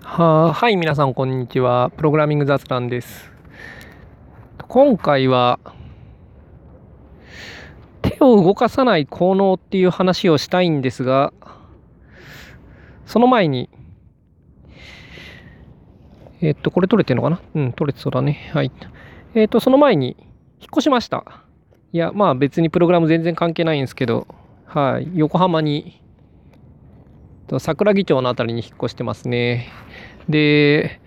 はい、皆さん、こんにちは。プログラミング雑談です。今回は、手を動かさない効能っていう話をしたいんですが、その前に、これ撮れてるのかな？撮れてそうだね。はい。その前に、引っ越しました。いや、まあ別にプログラム全然関係ないんですけど、はい、横浜に、桜木町のあたりに引っ越してますね。で、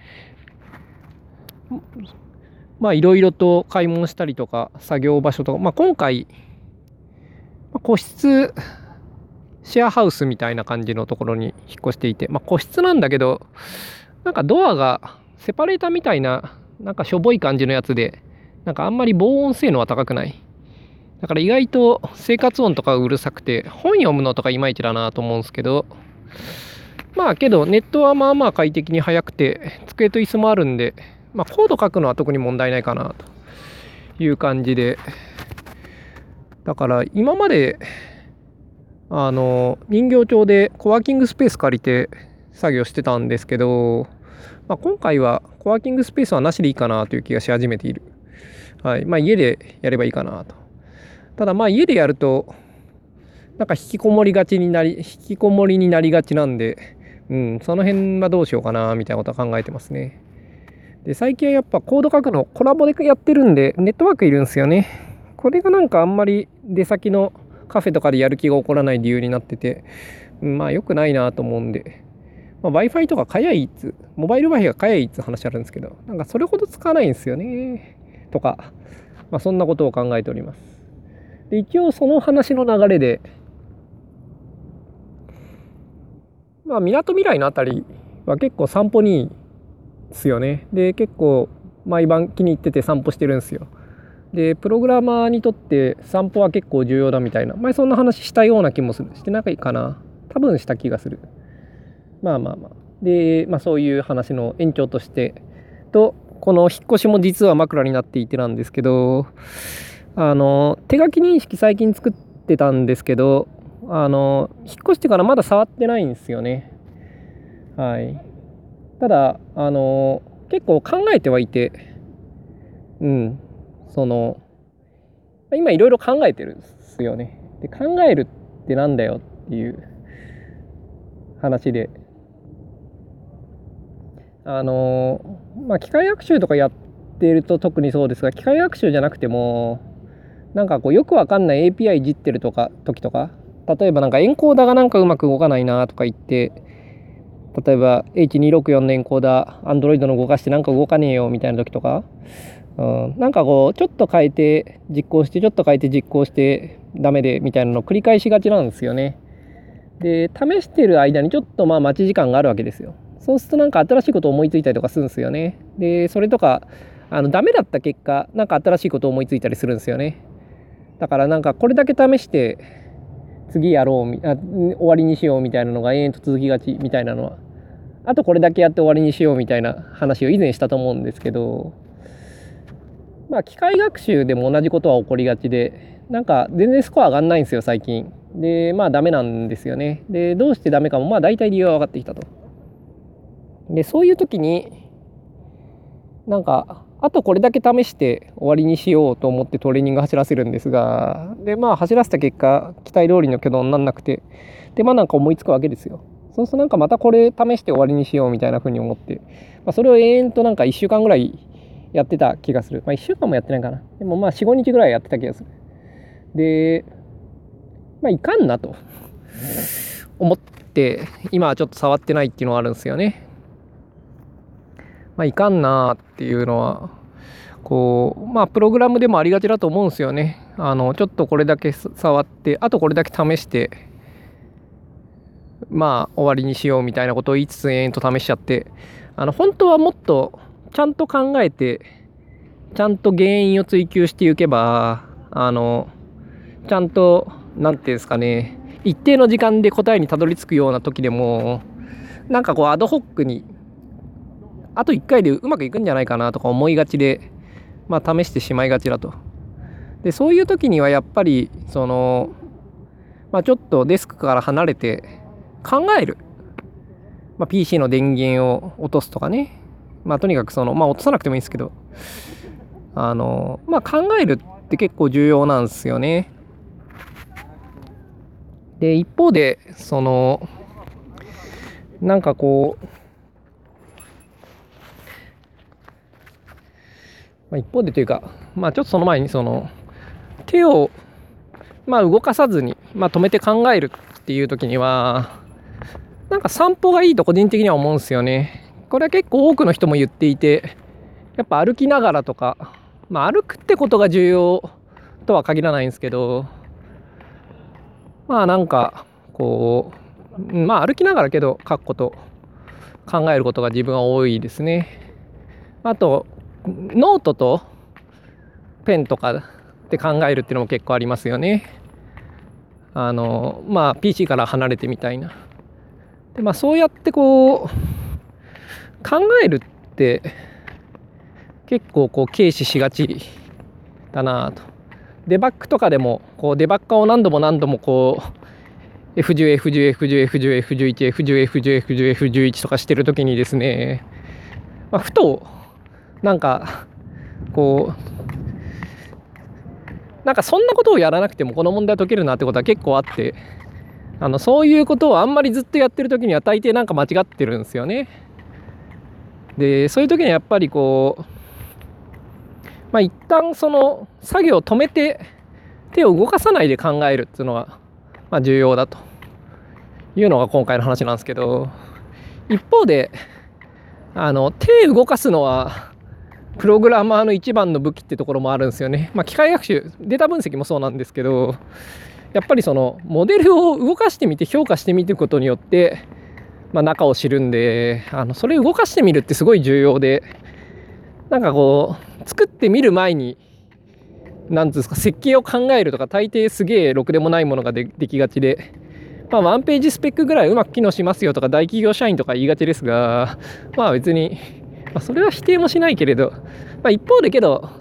まあいろいろと買い物したりとか、作業場所とか、まあ今回、個室シェアハウスみたいな感じのところに引っ越していて、まあ個室なんだけど、なんかドアがセパレーターみたいな、なんかしょぼい感じのやつで、なんかあんまり防音性能は高くない。だから意外と生活音とかうるさくて、本読むのとかいまいちだなと思うんですけど、まあけどネットはまあまあ快適に速くて、机と椅子もあるんで、まあコード書くのは特に問題ないかなという感じで、だから今まで人形町でコワーキングスペース借りて作業してたんですけど、まあ、今回はコワーキングスペースはなしでいいかなという気がし始めている。はい。まあ家でやればいいかなと。ただまあ家でやると、なんか引きこもりになりがちなんで、その辺はどうしようかなみたいなことは考えてますね。で、最近はやっぱコード書くのコラボでやってるんで、ネットワークいるんですよね。これがなんかあんまり出先のカフェとかでやる気が起こらない理由になってて、まあ良くないなと思うんで、まあ、Wi-Fi とか買やいいつ、モバイル Wi-Fi が買やいいっつ話あるんですけど、なんかそれほど使わないんですよね。とか、まあそんなことを考えております。で、一応その話の流れで、まあ港未来のあたりは結構散歩にいいですよね。で、結構毎晩気に入ってて散歩してるんですよ。で、プログラマーにとって散歩は結構重要だみたいな、前そんな話したような気もする。してないかな。多分した気がする。まあまあまあ。で、まあそういう話の延長として、この引っ越しも実は枕になっていてなんですけど、手書き認識最近作ってたんですけど、引っ越してからまだ触ってないんですよね。はい。ただ、結構考えてはいて、うん、その、今いろいろ考えてるんですよね。で、考えるってなんだよっていう話で、まあ、機械学習とかやってると特にそうですが、機械学習じゃなくても、なんかこうよくわかんない API いじってる時とか、例えばなんかエンコーダーがなんかうまく動かないなとか言って、例えば H264 のエンコーダー、Android の動かしてなんか動かねえよみたいな時とか、なんかこうちょっと変えて実行してちょっと変えて実行してダメでみたいなのを繰り返しがちなんですよね。で、試してる間にちょっとまあ待ち時間があるわけですよ。そうするとなんか新しいことを思いついたりとかするんですよね。で、それとかダメだった結果なんか新しいことを思いついたりするんですよね。だからなんかこれだけ試して次やろう終わりにしようみたいなのが延々と続きがちみたいなのは、あとこれだけやって終わりにしようみたいな話を以前したと思うんですけど、まあ機械学習でも同じことは起こりがちで、なんか全然スコア上がんないんですよ最近。で、まあダメなんですよね。で、どうしてダメかもまあ大体理由は分かってきたと。で、そういう時になんかあとこれだけ試して終わりにしようと思ってトレーニング走らせるんですが、でまあ走らせた結果期待通りの挙動にならなくて、でまあなんか思いつくわけですよ。そうするとなんかまたこれ試して終わりにしようみたいな風に思って、まあ、それを延々となんか1週間ぐらいやってた気がする。まあ1週間もやってないかな。でもまあ4、5日ぐらいやってた気がする。で、まあいかんなと思って今はちょっと触ってないっていうのはあるんですよね。まあいかんなっていうのはこうまあプログラムでもありがちだと思うんですよね。ちょっとこれだけ触ってあとこれだけ試してまあ終わりにしようみたいなことを言いつつ延々と試しちゃって、本当はもっとちゃんと考えてちゃんと原因を追求していけばちゃんとなんていうんですかね、一定の時間で答えにたどり着くような時でもなんかこうアドホックにあと1回でうまくいくんじゃないかなとか思いがちで、まあ試してしまいがちだと。でそういう時にはやっぱりまあ、ちょっとデスクから離れて考える。 PC の電源を落とすとかね、とにかく落とさなくてもいいんですけど、考えるって結構重要なんですよね。で、一方でなんかこう、一方でというか、ちょっとその前に手を動かさずに、止めて考えるっていう時には、なんか散歩がいいと個人的には思うんですよね。これは結構多くの人も言っていて、やっぱ歩きながらとか、歩くってことが重要とは限らないんですけど、なんかこう、歩きながらけど書くこと考えることが自分は多いですね。あとノートとペンとかで考えるっていうのも結構ありますよね。PC から離れてみたいな。で、そうやってこう考えるって結構軽視しがちだなと。デバッグとかでもデバッカーを何度もF10、F10、F10、F10、F11、F10、F10、F10、F11 とかしてるときにですね、ふとなんかそんなことをやらなくてもこの問題解けるなってことは結構あって、そういうことをあんまりずっとやってるときには大抵なんか間違ってるんですよね。で、そういう時にはやっぱり一旦作業を止めて手を動かさないで考えるっていうのが重要だというのが今回の話なんですけど、一方で手動かすのはプログラマーの一番の武器ってところもあるんですよね。機械学習、データ分析もそうなんですけど、やっぱりモデルを動かしてみて評価してみることによって中を知るんで、それを動かしてみるってすごい重要で、作ってみる前になんですか、設計を考えるとか大抵すげえろくでもないものができがちで、ワンページスペックぐらいうまく機能しますよとか大企業社員とか言いがちですが、別に、それは否定もしないけれど、一方でけど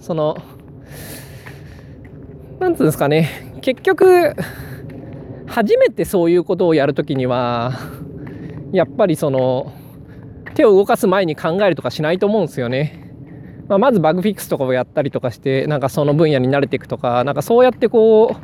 なんつうんですかね、結局初めてそういうことをやるときにはやっぱり手を動かす前に考えるとかしないと思うんですよね。まずバグフィックスとかをやったりとかして、その分野に慣れていくとか、そうやってい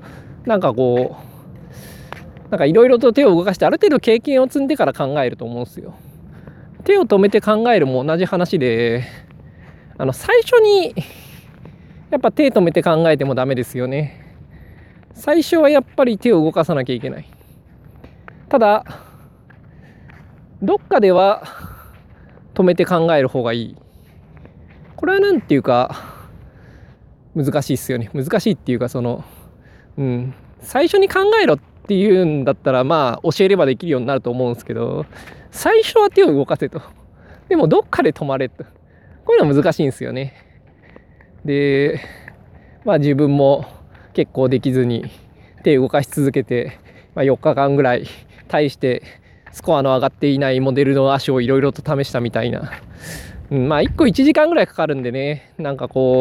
ろいろと手を動かしてある程度経験を積んでから考えると思うんですよ。手を止めて考えるも同じ話で、最初にやっぱ手止めて考えてもダメですよね。最初はやっぱり手を動かさなきゃいけない。ただどっかでは止めて考える方がいい。これはなんていうか難しいっすよね。難しいっていうか最初に考えろっていうんだったら教えればできるようになると思うんですけど、最初は手を動かせと。でもどっかで止まれと。こういうのは難しいんですよね。で、自分も結構できずに手を動かし続けて、4日間ぐらい大してスコアの上がっていないモデルの足をいろいろと試したみたいな。1個1時間ぐらいかかるんでね、回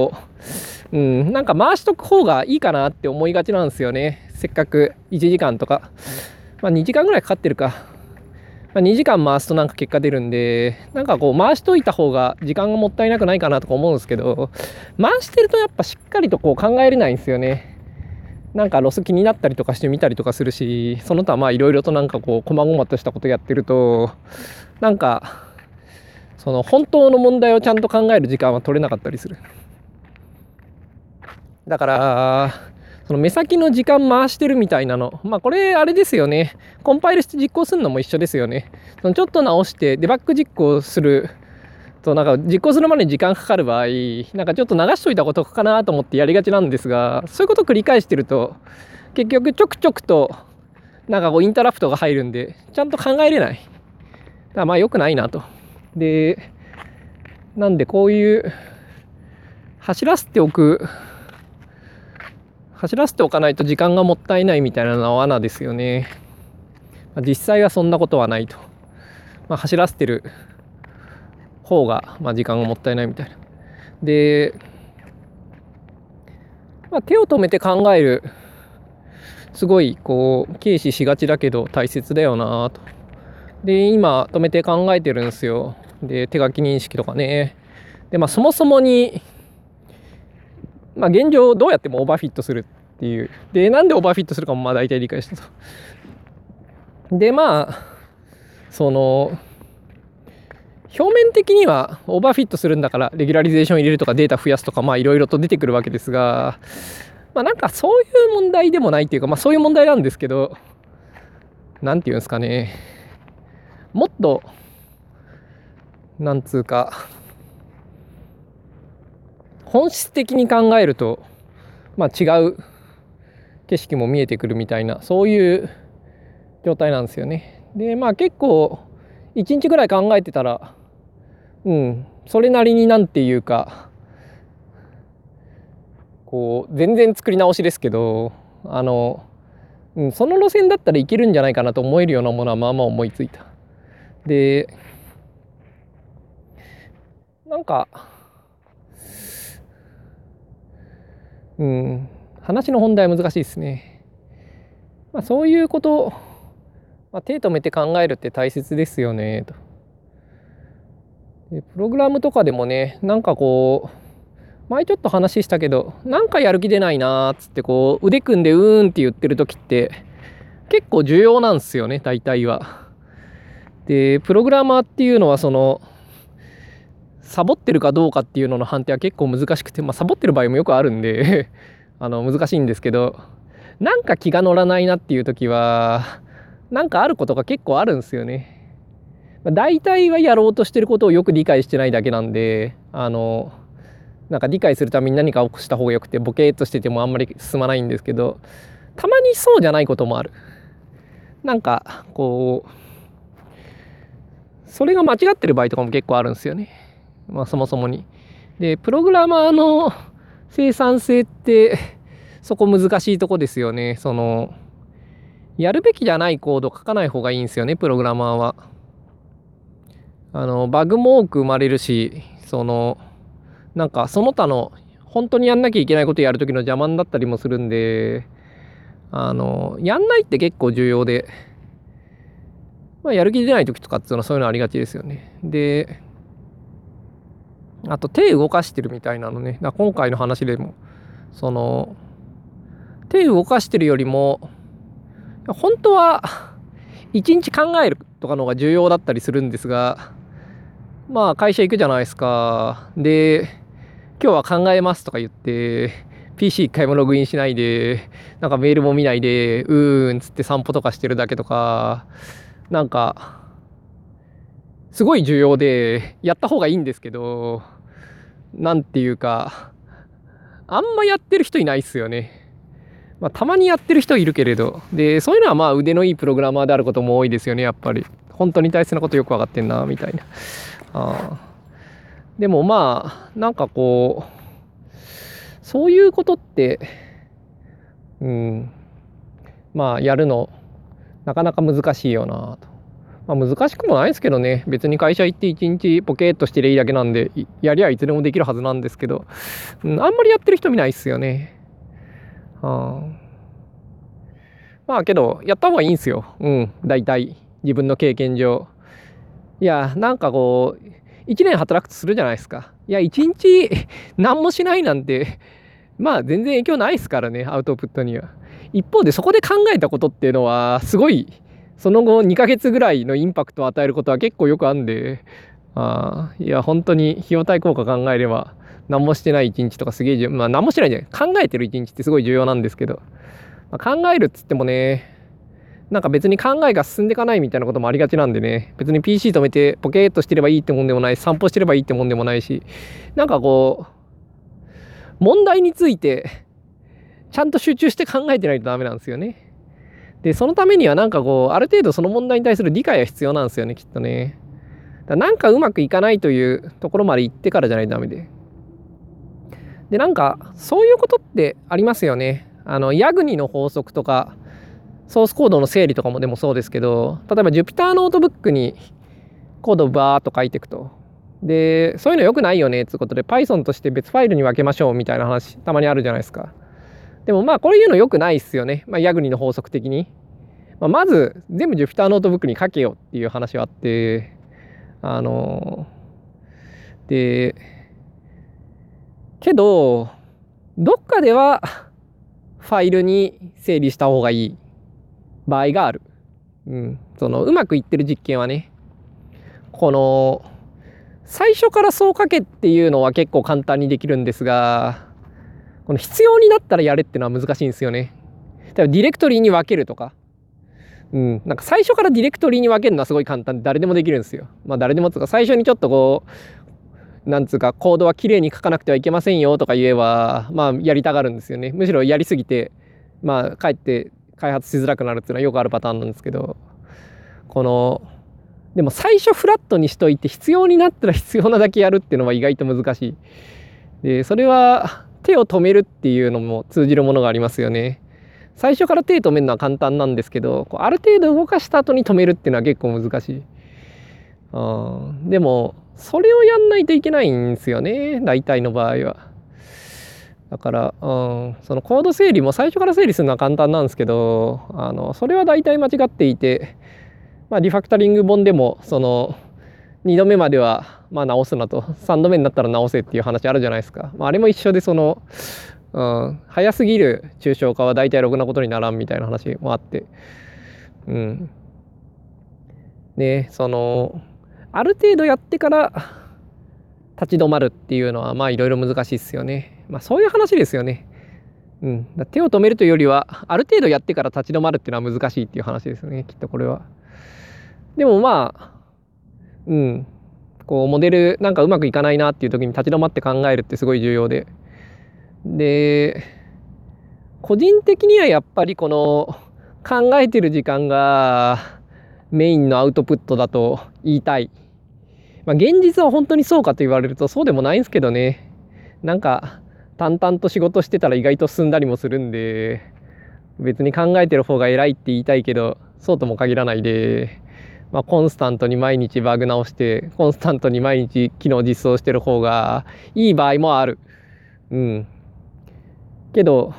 しとく方がいいかなって思いがちなんですよね。せっかく1時間とか、2時間ぐらいかかってるか。2時間回すと結果出るんで、回しといた方が時間がもったいなくないかなとか思うんですけど、回してるとやっぱしっかりと考えれないんですよね。ロス気になったりとかしてみたりとかするし、その他いろいろとこまごまとしたことやってると、本当の問題をちゃんと考える時間は取れなかったりする。だから目先の時間回してるみたいなの、これあれですよね。コンパイルして実行するのも一緒ですよね。ちょっと直してデバッグ実行すると実行するまでに時間かかる場合、ちょっと流しといたことかなと思ってやりがちなんですが、そういうことを繰り返してると結局ちょくちょくとインタラプトが入るんでちゃんと考えれない。だから良くないなと。で、なんでこういう走らせておかないと時間がもったいないみたいなのは罠ですよね。実際はそんなことはないと。走らせてる方が時間がもったいないみたいな。で、手を止めて考える、すごい軽視しがちだけど大切だよなと。 で、今止めて考えてるんですよ。で、手書き認識とかね。で、そもそもに、現状どうやってもオーバーフィットするっていう。で、なんでオーバーフィットするかも大体理解したと。で、その、表面的にはオーバーフィットするんだからレギュラリゼーション入れるとかデータ増やすとかいろいろと出てくるわけですが、なんかそういう問題でもないっていうか、そういう問題なんですけど、なんていうんですかね、もっとなんつうか本質的に考えると違う景色も見えてくるみたいな、そういう状態なんですよね。で結構1日ぐらい考えてたらそれなりになんていうかこう全然作り直しですけどその路線だったらいけるんじゃないかなと思えるようなものは思いついた。でなんか話の本題は難しいですね。そういうこと、手止めて考えるって大切ですよねと。でプログラムとかでもね、なんかこう前ちょっと話したけど、なんかやる気出ないなーっつってこう腕組んでって言ってる時って結構重要なんですよね、大体は。でプログラマーっていうのはそのサボってるかどうかっていうのの判定は結構難しくて、サボってる場合もよくあるんで難しいんですけど、なんか気が乗らないなっていう時はなんかあることが結構あるんですよね。大体はやろうとしてることをよく理解してないだけなんで、なんか理解するために何かをした方がよくてボケーっとしててもあんまり進まないんですけど、たまにそうじゃないこともある。なんかこうそれが間違ってる場合とかも結構あるんですよね。そもそもに。でプログラマーの生産性ってそこ難しいとこですよね。そのやるべきじゃないコード書かない方がいいんですよね、プログラマーは。バグも多く生まれるし、なんかその他の本当にやんなきゃいけないことやるときの邪魔になったりもするんで、やんないって結構重要で、やる気出ない時とかっていうのはそういうのありがちですよね。であと手動かしてるみたいなのね。今回の話でもその手動かしてるよりも本当は一日考えるとかの方が重要だったりするんですが、会社行くじゃないですか。で今日は考えますとか言って PC 一回もログインしないで、なんかメールも見ないでつって散歩とかしてるだけとか、なんかすごい重要でやった方がいいんですけど、なんていうかあんまやってる人いないっすよね。たまにやってる人いるけれど、でそういうのは腕のいいプログラマーであることも多いですよね、やっぱり。本当に大切なことよく分かってんなみたいな。でもなんかこうそういうことってやるのなかなか難しいよなと。難しくもないですけどね。別に会社行って一日ポケーっとしてりゃいいだけなんで、やりゃいつでもできるはずなんですけど、あんまりやってる人見ないっすよね。けどやった方がいいんすよ。大体自分の経験上。いやなんかこう1年働くとするじゃないですか。いや1日何もしないなんて全然影響ないですからね、アウトプットには。一方でそこで考えたことっていうのはすごいその後2ヶ月ぐらいのインパクトを与えることは結構よくあるんで、いや本当に費用対効果考えれば何もしてない1日とかすげえ何もしてないじゃない、考えてる1日ってすごい重要なんですけど、考えるっつってもね、なんか別に考えが進んでいかないみたいなこともありがちなんでね、別に PC 止めてポケーっとしてればいいってもんでもないし、散歩してればいいってもんでもないし、なんかこう問題についてちゃんと集中して考えてないとダメなんですよね。でそのためにはなんかこうある程度その問題に対する理解が必要なんですよね、きっとね。なんかうまくいかないというところまで行ってからじゃないとダメで。でなんかそういうことってありますよね。ヤグニの法則とかソースコードの整理とかもでもそうですけど、例えば Jupyter ノートブックにコードをバーっと書いていくと、でそういうの良くないよねってことで Python として別ファイルに分けましょうみたいな話たまにあるじゃないですか。でもこれ言うの良くないっすよね。ヤグニの法則的にまず全部 Jupyter ノートブックに書けよっていう話はあって、でけどどっかではファイルに整理した方がいい場合がある。そのうまくいってる実験はね、この最初からそう書けっていうのは結構簡単にできるんですが、この必要になったらやれっていうのは難しいんですよね。例えばディレクトリに分けるとか、なんか最初からディレクトリに分けるのはすごい簡単で誰でもできるんですよ。誰でもつうか最初にちょっとこうなんつうかコードはきれいに書かなくてはいけませんよとか言えばやりたがるんですよね。むしろやりすぎてかえって開発しづらくなるっていうのはよくあるパターンなんですけど、でも最初フラットにしといて必要になったら必要なだけやるっていうのは意外と難しい。でそれは手を止めるっていうのも通じるものがありますよね。最初から手止めるのは簡単なんですけど、ある程度動かした後に止めるっていうのは結構難しい。でもそれをやんないといけないんですよね、大体の場合は。だから、そのコード整理も最初から整理するのは簡単なんですけど、それは大体間違っていて、リファクタリング本でもその2度目までは直すなと、3度目になったら直せっていう話あるじゃないですか。あれも一緒で、早すぎる抽象化は大体ろくなことにならんみたいな話もあって、ね、ある程度やってから立ち止まるっていうのはいろいろ難しいですよね。そういう話ですよね。手を止めるというよりはある程度やってから立ち止まるっていうのは難しいっていう話ですよね、きっとこれは。でもこうモデルなんかうまくいかないなっていう時に立ち止まって考えるってすごい重要で、個人的にはやっぱりこの考えてる時間がメインのアウトプットだと言いたい。現実は本当にそうかと言われるとそうでもないんですけどね。なんか淡々と仕事してたら意外と進んだりもするんで、別に考えてる方が偉いって言いたいけどそうとも限らないで、コンスタントに毎日バグ直してコンスタントに毎日機能実装してる方がいい場合もある。けど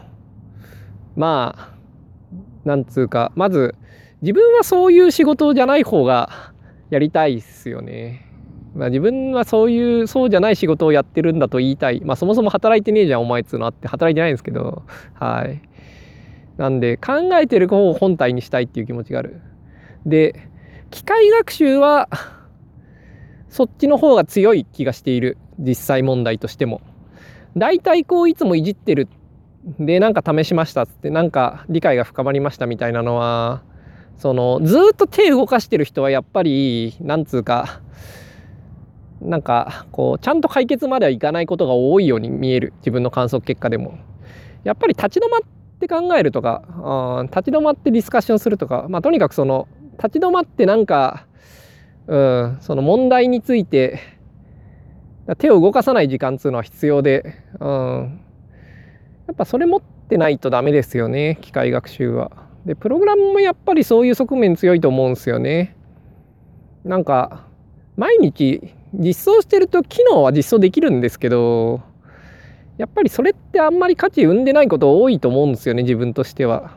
なんつうか、まず自分はそういう仕事じゃない方がやりたいっすよね。自分はそうじゃない仕事をやってるんだと言いたい。そもそも働いてねえじゃんお前っつうのあって働いてないんですけど、なんで考えてる方を本体にしたいっていう気持ちがある。で機械学習はそっちの方が強い気がしている。実際問題としてもだいたいこういつもいじってるでなんか試しましたっつってなんか理解が深まりましたみたいなのは、ずっと手動かしてる人はやっぱりなんつうかなんかこうちゃんと解決まではいかないことが多いように見える。自分の観測結果でもやっぱり立ち止まって考えるとか、立ち止まってディスカッションするとか、とにかく立ち止まってなんかその問題について手を動かさない時間っていうのは必要で、やっぱそれ持ってないとダメですよね、機械学習は。でプログラムもやっぱりそういう側面強いと思うんですよね。なんか毎日実装してると機能は実装できるんですけど、やっぱりそれってあんまり価値生んでないこと多いと思うんですよね、自分としては。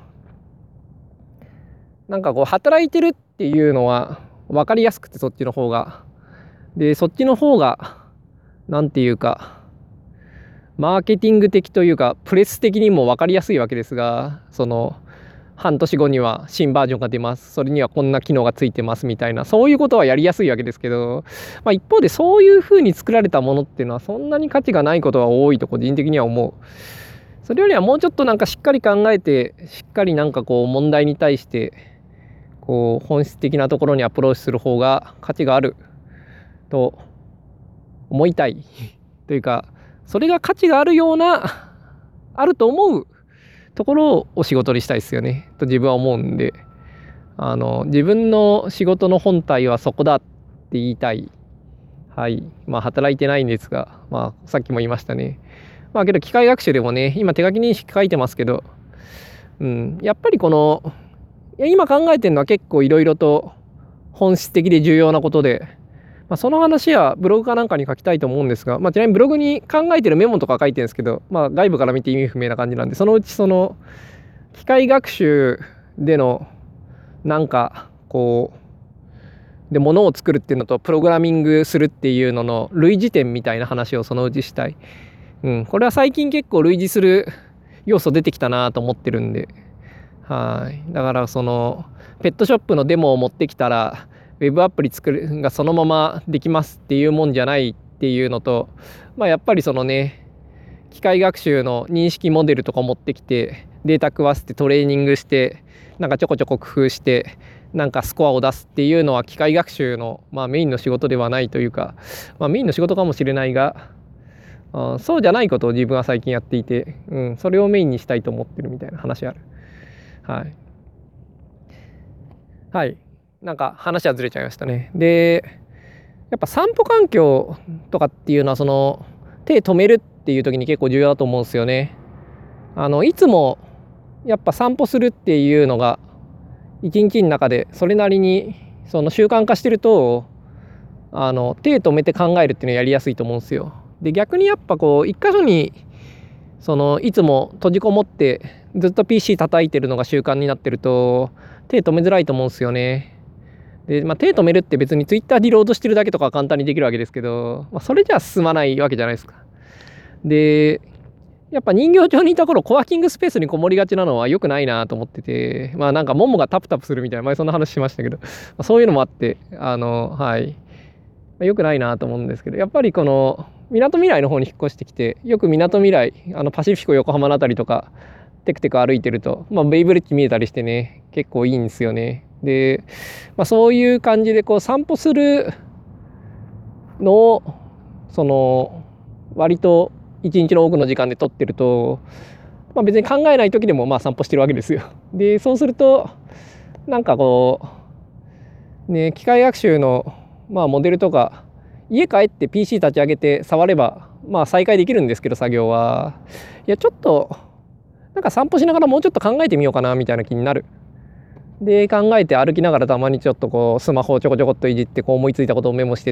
なんかこう働いてるっていうのは分かりやすくて、そっちの方がなんていうかマーケティング的というかプレス的にも分かりやすいわけですが、半年後には新バージョンが出ます、それにはこんな機能がついてますみたいな、そういうことはやりやすいわけですけど、一方でそういう風に作られたものっていうのはそんなに価値がないことが多いと個人的には思う。それよりはもうちょっとなんかしっかり考えて、しっかりなんかこう問題に対してこう本質的なところにアプローチする方が価値があると思いたいというか、それが価値があるようなあると思うところを仕事にしたいですよねと自分は思うんで、自分の仕事の本体はそこだって言いたい。働いてないんですが、さっきも言いましたね。けど機械学習でもね、今手書き認識書いてますけど、やっぱり今考えてるのは結構いろいろと本質的で重要なことで、その話はブログかなんかに書きたいと思うんですが、ちなみにブログに考えてるメモとか書いてるんですけど、外部から見て意味不明な感じなんで、そのうち機械学習でのなんかこうで物を作るっていうのとプログラミングするっていうのの類似点みたいな話をそのうちしたい。これは最近結構類似する要素出てきたなと思ってるんで、だからそのペットショップのデモを持ってきたらウェブアプリ作るがそのままできますっていうもんじゃないっていうのと、やっぱりそのね、機械学習の認識モデルとか持ってきてデータ食わせてトレーニングしてなんかちょこちょこ工夫してなんかスコアを出すっていうのは機械学習のメインの仕事ではないというか、メインの仕事かもしれないが、そうじゃないことを自分は最近やっていて、それをメインにしたいと思ってるみたいな話ある。なんか話はずれちゃいましたね。でやっぱ散歩環境とかっていうのはその手止めるっていう時に結構重要だと思うんですよね。いつもやっぱ散歩するっていうのが一日の中でそれなりにその習慣化してると手止めて考えるっていうのをやりやすいと思うんですよ。で逆にやっぱこう一箇所にそのいつも閉じこもってずっと PC 叩いてるのが習慣になってると手止めづらいと思うんですよね。で手止めるって別に Twitter リロードしてるだけとか簡単にできるわけですけど、それじゃ進まないわけじゃないですか。でやっぱ人形町にいた頃コワーキングスペースにこもりがちなのは良くないなと思ってて、なんかももがタプタプするみたいな前そんな話しましたけど、そういうのもあって良くないなと思うんですけど、やっぱりこのみなとみらいの方に引っ越してきて、よくみなとみらいパシフィコ横浜のあたりとかテクテク歩いてると、ベイブリッジ見えたりしてね、結構いいんですよね。で、そういう感じでこう散歩するのをその割と一日の多くの時間で撮ってると、別に考えない時でも散歩してるわけですよ。でそうするとなんかこうね、機械学習のモデルとか家帰って PC 立ち上げて触れば再開できるんですけど、作業はいやちょっとなんか散歩しながらもうちょっと考えてみようかなみたいな気になる。で考えて歩きながらたまにちょっとこうスマホをちょこちょこっといじってこう思いついたことをメモしてって、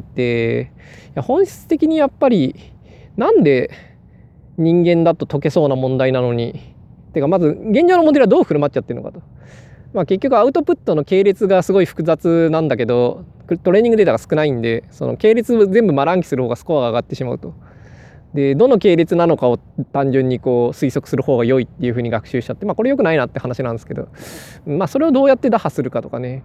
本質的にやっぱりなんで人間だと解けそうな問題なのに、てかまず現状のモデルはどう振る舞っちゃってるのかと。結局アウトプットの系列がすごい複雑なんだけどトレーニングデータが少ないんで、その系列全部丸暗記する方がスコアが上がってしまうと。でどの系列なのかを単純にこう推測する方が良いっていう風に学習しちゃって、これ良くないなって話なんですけど、それをどうやって打破するかとかね。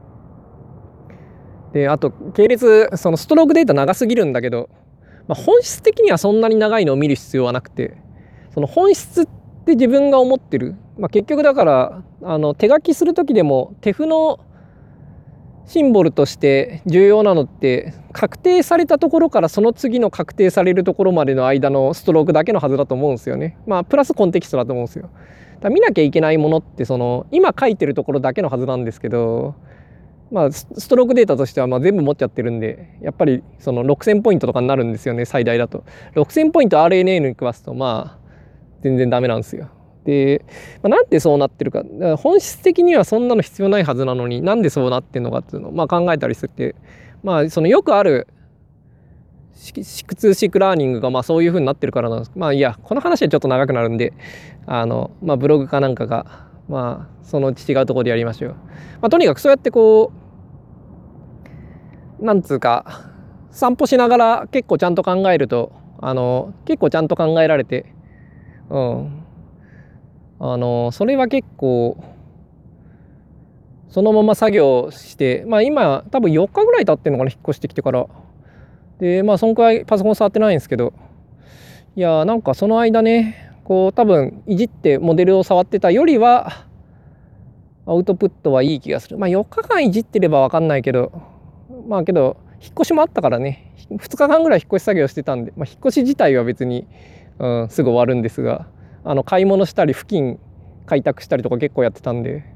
であと系列そのストロークデータ長すぎるんだけど、本質的にはそんなに長いのを見る必要はなくて、その本質って自分が思ってる、結局だから手書きする時でも手符のシンボルとして重要なのって確定されたところからその次の確定されるところまでの間のストロークだけのはずだと思うんですよね。プラスコンテキストだと思うんですよ。だから見なきゃいけないものってその今書いてるところだけのはずなんですけど、ストロークデータとしては全部持っちゃってるんで、やっぱりその6000ポイントとかになるんですよね、最大だと。6000ポイント RNN に食わすと全然ダメなんですよ。で、なんでそうなってるか、本質的にはそんなの必要ないはずなのになんでそうなってんのかっていうのを考えたりするって、そのよくあるシクツーシークラーニングがそういう風になってるからなんです。いやこの話はちょっと長くなるんでブログかなんかがそのうち違うところでやりましょう。とにかくそうやってこうなんつうか散歩しながら結構ちゃんと考えると結構ちゃんと考えられて、それは結構そのまま作業して、今多分4日ぐらい経ってるのかな、引っ越してきてから。でそんくらいパソコン触ってないんですけど、いやなんかその間ねこう多分いじってモデルを触ってたよりはアウトプットはいい気がする。4日間いじってれば分かんないけど、けど引っ越しもあったからね、2日間ぐらい引っ越し作業してたんで、引っ越し自体は別に、すぐ終わるんですが、買い物したり付近開拓したりとか結構やってたんで、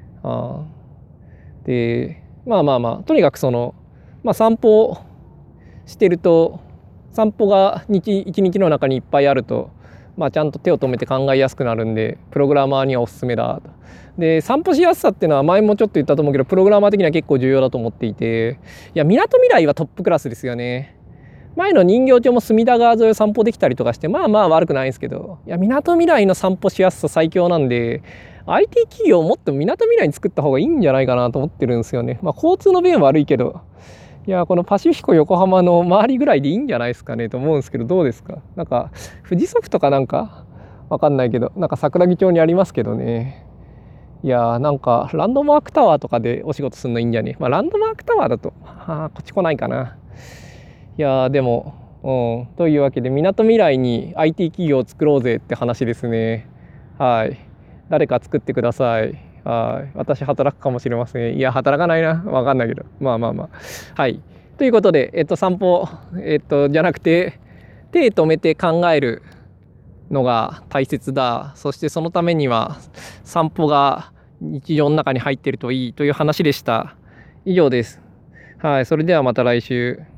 でとにかくその、散歩してると、散歩が一日の中にいっぱいあると、ちゃんと手を止めて考えやすくなるんでプログラマーにはおすすめだと。で散歩しやすさっていうのは前もちょっと言ったと思うけどプログラマー的には結構重要だと思っていて、いやみなとみらいはトップクラスですよね。前の人形町も隅田川沿いを散歩できたりとかして悪くないんですけど、いやみなとみらいの散歩しやすさ最強なんで、 IT 企業もっと港未来に作った方がいいんじゃないかなと思ってるんですよね。まあ交通の便は悪いけど、いやこのパシフィコ横浜の周りぐらいでいいんじゃないですかねと思うんですけど、どうですか？なんか富士ソフトかなんかわかんないけど、なんか桜木町にありますけどね。いやなんかランドマークタワーとかでお仕事するのいいんじゃね？まあランドマークタワーだとこっち来ないかな。いやでもというわけでみなとみらいに IT 企業を作ろうぜって話ですね。はい、誰か作ってください。はい、私働くかもしれません。いや働かないな、わかんないけど、まあはい。ということで散歩じゃなくて手止めて考えるのが大切だ。そしてそのためには散歩が日常の中に入っているといいという話でした。以上です。はい、それではまた来週。